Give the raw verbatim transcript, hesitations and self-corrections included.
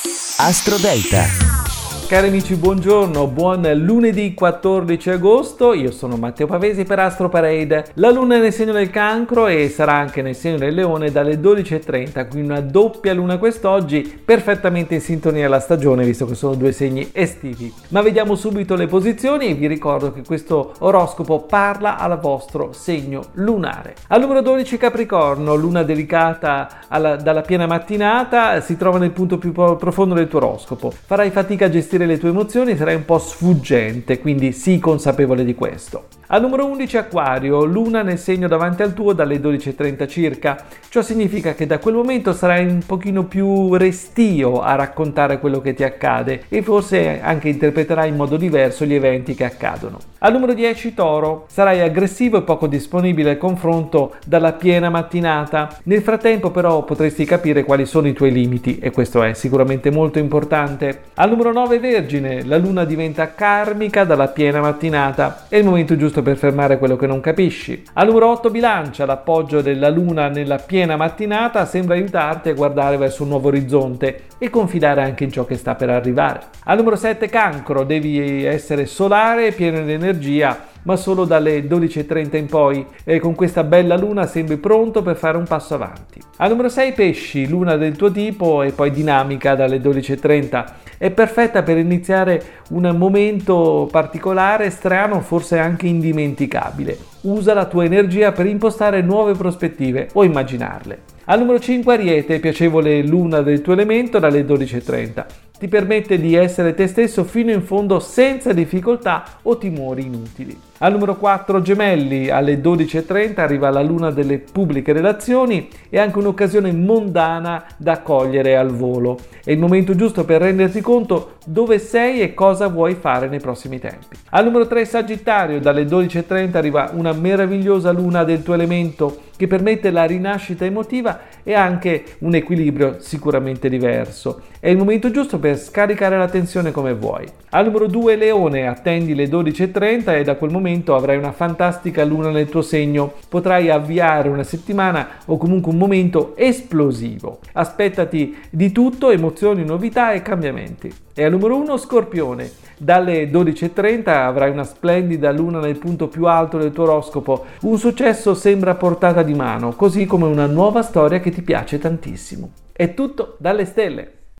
Astro Delta. Cari amici, buongiorno, buon lunedì quattordici agosto, io sono Matteo Pavesi per Astro Parade. La luna è nel segno del Cancro e sarà anche nel segno del Leone dalle dodici e trenta, quindi una doppia luna quest'oggi, perfettamente in sintonia alla stagione visto che sono due segni estivi. Ma vediamo subito le posizioni e vi ricordo che questo oroscopo parla al vostro segno lunare. Al numero dodici Capricorno, luna delicata alla, dalla piena mattinata, si trova nel punto più profondo del tuo oroscopo. Farai fatica a gestire le tue emozioni, sarai un po' sfuggente, quindi sii consapevole di questo. Al numero undici Acquario, luna nel segno davanti al tuo dalle dodici e trenta circa. Ciò significa che da quel momento sarai un pochino più restio a raccontare quello che ti accade e forse anche interpreterai in modo diverso gli eventi che accadono. Al numero dieci Toro, sarai aggressivo e poco disponibile al confronto dalla piena mattinata. Nel frattempo però potresti capire quali sono i tuoi limiti e questo è sicuramente molto importante. Al numero nove Vergine, la luna diventa karmica dalla piena mattinata. È il momento giusto per fermare quello che non capisci. Al numero otto Bilancia, l'appoggio della luna nella piena mattinata sembra aiutarti a guardare verso un nuovo orizzonte e confidare anche in ciò che sta per arrivare. Al numero sette Cancro, devi essere solare e pieno di energia, ma solo dalle dodici e trenta in poi, e con questa bella luna sembri pronto per fare un passo avanti. Al numero sei Pesci, luna del tuo tipo e poi dinamica dalle dodici e trenta, è perfetta per iniziare un momento particolare, strano, forse anche indimenticabile. Usa la tua energia per impostare nuove prospettive o immaginarle. Al numero cinque Ariete, piacevole luna del tuo elemento dalle dodici e trenta. Ti permette di essere te stesso fino in fondo senza difficoltà o timori inutili. Al numero quattro Gemelli, alle dodici e trenta arriva la luna delle pubbliche relazioni e anche un'occasione mondana da cogliere al volo. È il momento giusto per renderti conto dove sei e cosa vuoi fare nei prossimi tempi. Al numero tre Sagittario, dalle dodici e trenta arriva una meravigliosa luna del tuo elemento che permette la rinascita emotiva e anche un equilibrio sicuramente diverso. È il momento giusto per scaricare la tensione come vuoi. Al numero due Leone, attendi le dodici e trenta e da quel momento avrai una fantastica luna nel tuo segno. Potrai avviare una settimana o comunque un momento esplosivo. Aspettati di tutto, emozioni, novità e cambiamenti. E al numero uno Scorpione, dalle dodici e trenta avrai una splendida luna nel punto più alto del tuo oroscopo. Un successo sembra a portata di mano, così come una nuova storia che ti piace tantissimo. È tutto dalle stelle.